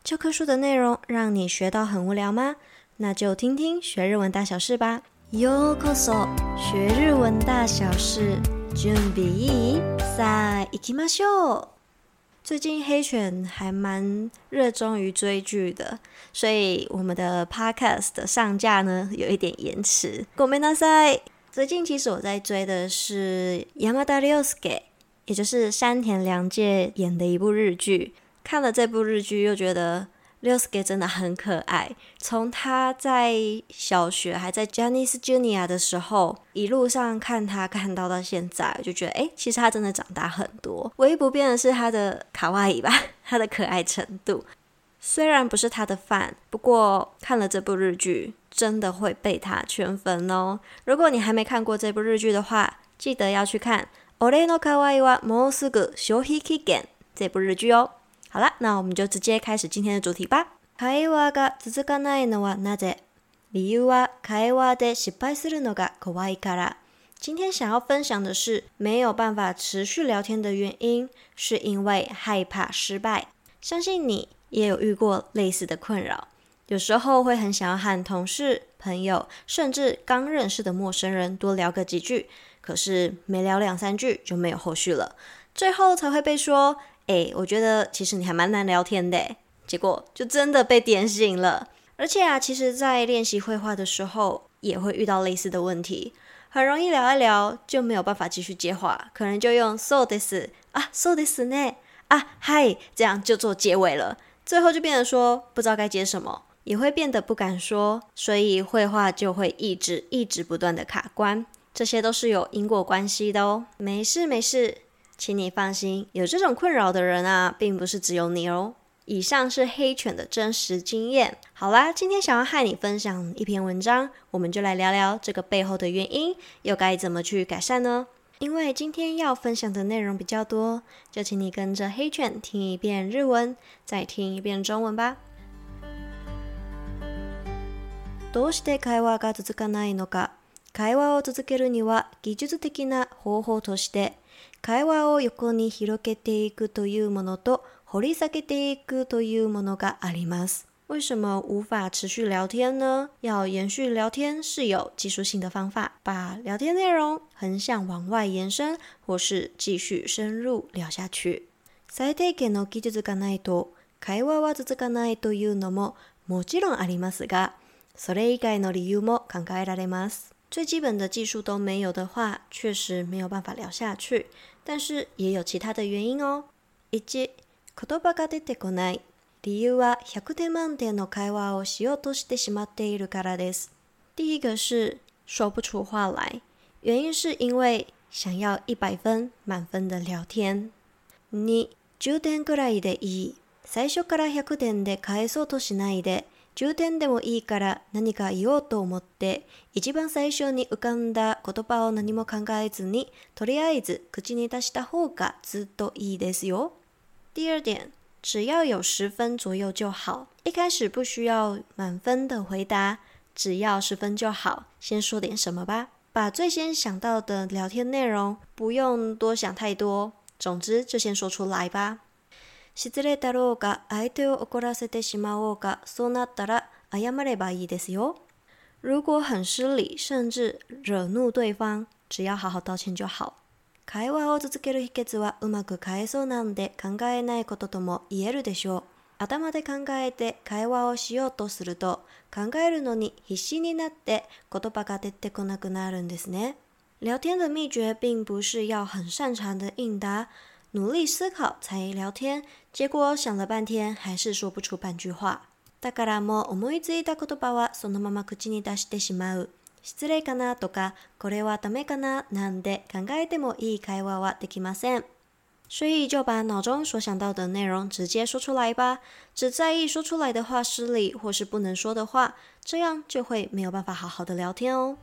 教科书的内容让你学到很无聊吗？那就听听学日文大小事吧。ようこそ学日文大小事，準備いい？さあ行きましょう。最近黑犬还蛮热衷于追剧的，所以我们的 podcast 的上架呢有一点延迟。ごめんなさい。最近其实我在追的是山田涼介，也就是山田凉介演的一部日剧。看了这部日剧又觉得涼介真的很可爱，从他在小学还在 Johnny's Junior 的时候，一路上看他看到现在，我就觉得其实他真的长大很多。唯一不变的是他的卡哇伊吧，他的可爱程度。虽然不是他的饭，不过看了这部日剧真的会被他圈粉哦。如果你还没看过这部日剧的话，记得要去看俺の可愛いはもうすぐ消費期限这部日剧哦。好啦，那我们就直接开始今天的主题吧。会話が続かないのはなぜ？理由は会話で失敗するのが怖いから。今天想要分享的是，没有办法持续聊天的原因，是因为害怕失败。相信你也有遇过类似的困扰，有时候会很想要和同事、朋友，甚至刚认识的陌生人多聊个几句，可是没聊2-3句就没有后续了，最后才会被说我觉得其实你还蛮难聊天的，结果就真的被点醒了。而且其实在练习绘画的时候也会遇到类似的问题，很容易聊一聊就没有办法继续接话，可能就用そうです啊、そうですね啊、嗨，这样就做结尾了，最后就变得说不知道该接什么，也会变得不敢说，所以绘画就会一直不断的卡关，这些都是有因果关系的哦。没事，请你放心，有这种困扰的人啊，并不是只有你哦。以上是黑犬的真实经验。好啦，今天想要和你分享一篇文章，我们就来聊聊这个背后的原因，又该怎么去改善呢？因为今天要分享的内容比较多，就请你跟着黑犬听一遍日文，再听一遍中文吧。どうして会話が続かないのか。会話を続けるには技術的な方法として会話を横に広げていくというものと掘り下げていくというものがあります。为什么无法持续聊天呢？要延续聊天是有技术性的方法，把聊天内容横向往外延伸，或是继续深入聊下去。最低限の技術がないと会話は続かないというのももちろんありますが、それ以外の理由も考えられます。最基本的技术都没有的话，确实没有办法聊下去，但是也有其他的原因哦。1、言葉が出てこない。理由は100点満点の会話をしようとしてしまっているからです。第一个是说不出话来，原因是因为想要100分满分的聊天。2、10点くらいでいい。最初から100点で返そうとしないで、10点でもいいから何か言おうと思って、一番最初に浮かんだ言葉を何も考えずに、とりあえず口に出した方がずっといいですよ。第二点，只要有10分左右就好。一开始不需要满分的回答，只要10分就好。先说点什么吧，把最先想到的聊天内容，不用多想太多。总之，就先说出来吧。失礼だろうが、相手を怒らせてしまおうが、そうなったら謝ればいいですよ。如果很失礼，甚至惹怒对方，只要好好道歉就好。会話を続ける秘訣はうまく返そうなんで考えないこととも言えるでしょう。頭で考えて会話をしようとすると、考えるのに必死になって言葉が出てこなくなるんですね。聊天的秘诀并不是要很擅长的应答，努力思考才聊天，结果想了半天还是说不出半句話。だからもう思いついた言葉はそのまま口に出してしまう。失礼かなとか、これはダメかななんて考えてもいい会話はできません。所以就把脑中所想到的内容直接说出来吧，只在意说出来的话失礼或是不能说的话，这样就会没有办法好好的聊天哦。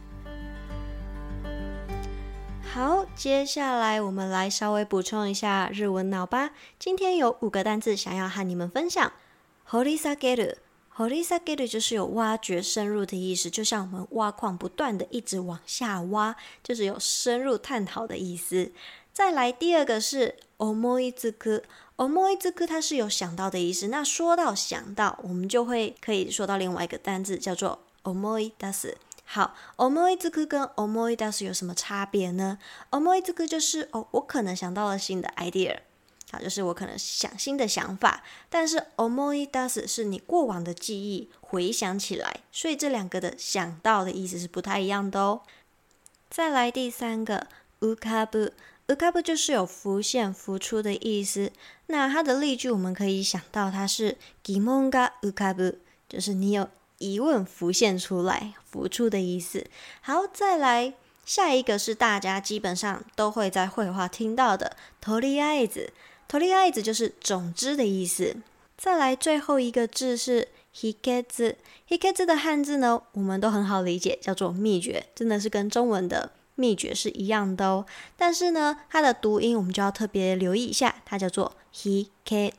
好，接下来我们来稍微补充一下日文脑吧。今天有5个单字想要和你们分享。掘り下げる，掘り下げる就是有挖掘深入的意思，就像我们挖矿不断的一直往下挖，就是有深入探讨的意思。 再来第二个是思いつく，思いつく它是有想到的意思。那说到想到，我们就可以说到另外一个单字叫做思い出す。好，思いつく跟思い出す有什么差别呢？思いつく就是我可能想到了新的 idea， 好，就是我可能想新的想法，但是思い出す是你过往的记忆回想起来，所以这两个的想到的意思是不太一样的哦。再来第三个浮かぶ，浮かぶ就是有浮现浮出的意思。那它的例句我们可以想到它是疑問が浮かぶ，就是你有疑问浮现出来浮出的意思。好，再来下一个是大家基本上都会在绘画听到的とりあえず，とりあえず就是总之的意思。再来最后一个字是秘訣，秘訣的汉字呢我们都很好理解，叫做秘诀，真的是跟中文的秘诀是一样的哦。但是呢它的读音我们就要特别留意一下，它叫做秘訣。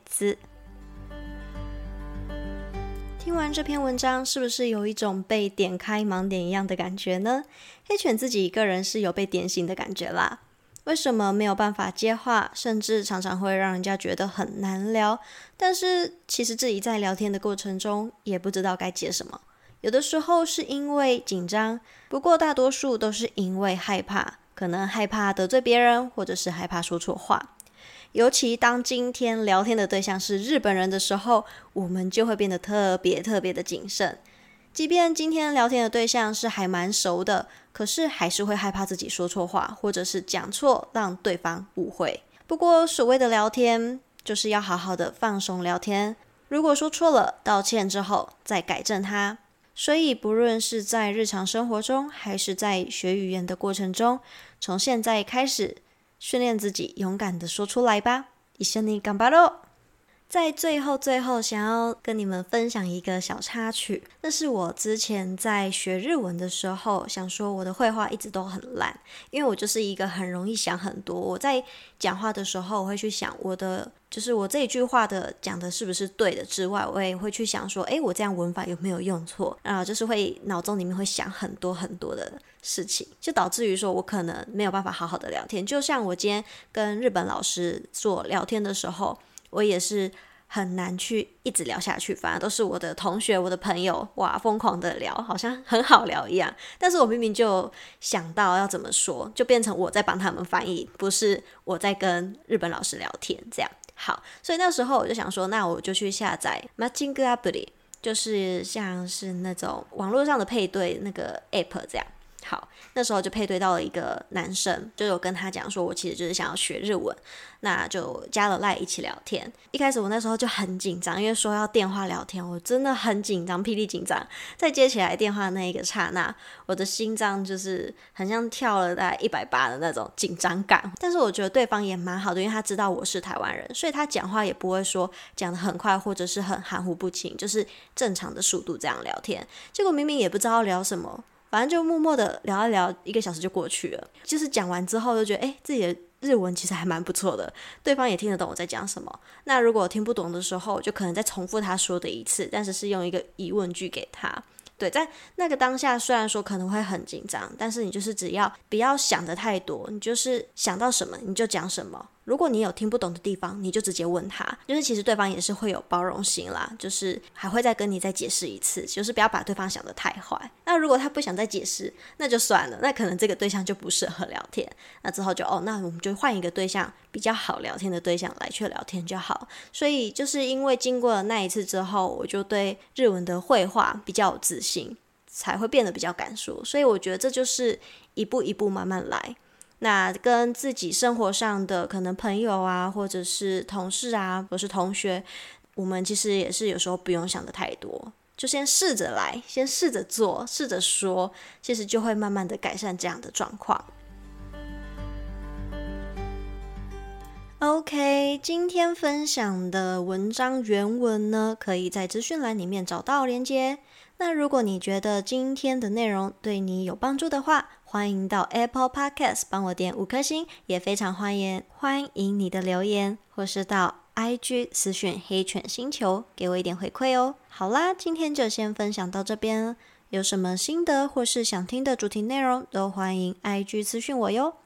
听完这篇文章是不是有一种被点开盲点一样的感觉呢？黑犬自己个人是有被点醒的感觉啦。为什么没有办法接话，甚至常常会让人家觉得很难聊，但是其实自己在聊天的过程中也不知道该接什么。有的时候是因为紧张，不过大多数都是因为害怕，可能害怕得罪别人，或者是害怕说错话。尤其当今天聊天的对象是日本人的时候，我们就会变得特别的谨慎。即便今天聊天的对象是还蛮熟的，可是还是会害怕自己说错话，或者是讲错让对方误会。不过所谓的聊天就是要好好的放松聊天，如果说错了，道歉之后再改正它。所以不论是在日常生活中，还是在学语言的过程中，从现在开始训练自己勇敢的说出来吧。一緒に頑張ろう。在最后想要跟你们分享一个小插曲，那是我之前在学日文的时候，想说我的绘画一直都很烂，因为我就是一个很容易想很多。我在讲话的时候，我会去想就是我这一句话的讲的是不是对的之外，我也会去想说，我这样文法有没有用错，就是会脑中里面会想很多的事情，就导致于说我可能没有办法好好的聊天。就像我今天跟日本老师做聊天的时候，我也是很难去一直聊下去，反而都是我的同学我的朋友疯狂的聊，好像很好聊一样，但是我明明就想到要怎么说，就变成我在帮他们翻译，不是我在跟日本老师聊天这样。好，所以那时候我就想说，那我就去下载 Matching App， 就是像是那种网络上的配对那个 App 这样。好，那时候就配对到了一个男生，就有跟他讲说我其实就是想要学日文，那就加了 LINE 一起聊天。一开始我那时候就很紧张，因为说要电话聊天，我真的很紧张，霹雳紧张。在接起来电话那一个刹那，我的心脏就是很像跳了大概180的那种紧张感。但是我觉得对方也蛮好的，因为他知道我是台湾人，所以他讲话也不会说讲得很快或者是很含糊不清，就是正常的速度这样聊天。结果明明也不知道聊什么，反正就默默的聊一聊，1个小时就过去了。就是讲完之后就觉得自己的日文其实还蛮不错的，对方也听得懂我在讲什么。那如果听不懂的时候，就可能再重复他说的一次，但是是用一个疑问句给他。对，在那个当下虽然说可能会很紧张，但是你就是只要不要想得太多，你就是想到什么你就讲什么。如果你有听不懂的地方，你就直接问他，就是其实对方也是会有包容心啦，就是还会再跟你再解释一次，就是不要把对方想得太坏。那如果他不想再解释，那就算了，那可能这个对象就不适合聊天，那之后就那我们就换一个对象，比较好聊天的对象来去聊天就好。所以就是因为经过了那一次之后，我就对日文的绘画比较有自信，才会变得比较敢说。所以我觉得这就是一步一步慢慢来。那跟自己生活上的可能朋友啊，或者是同事啊，或是同学，我们其实也是有时候不用想的太多，就先试着来，先试着做，试着说，其实就会慢慢的改善这样的状况。OK， 今天分享的文章原文呢，可以在资讯栏里面找到连结。那如果你觉得今天的内容对你有帮助的话，欢迎到 Apple Podcast 帮我点5颗星，也非常欢迎你的留言，或是到 IG 私讯黑犬星球给我一点回馈哦。好啦，今天就先分享到这边了，有什么心得或是想听的主题内容，都欢迎 IG 私讯我哟。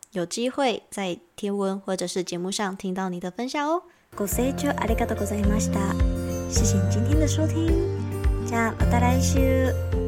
有机会在贴文或者是节目上听到你的分享哦。 ご清聴ありがとうございました。谢谢你今天的收听。じゃあまた来週。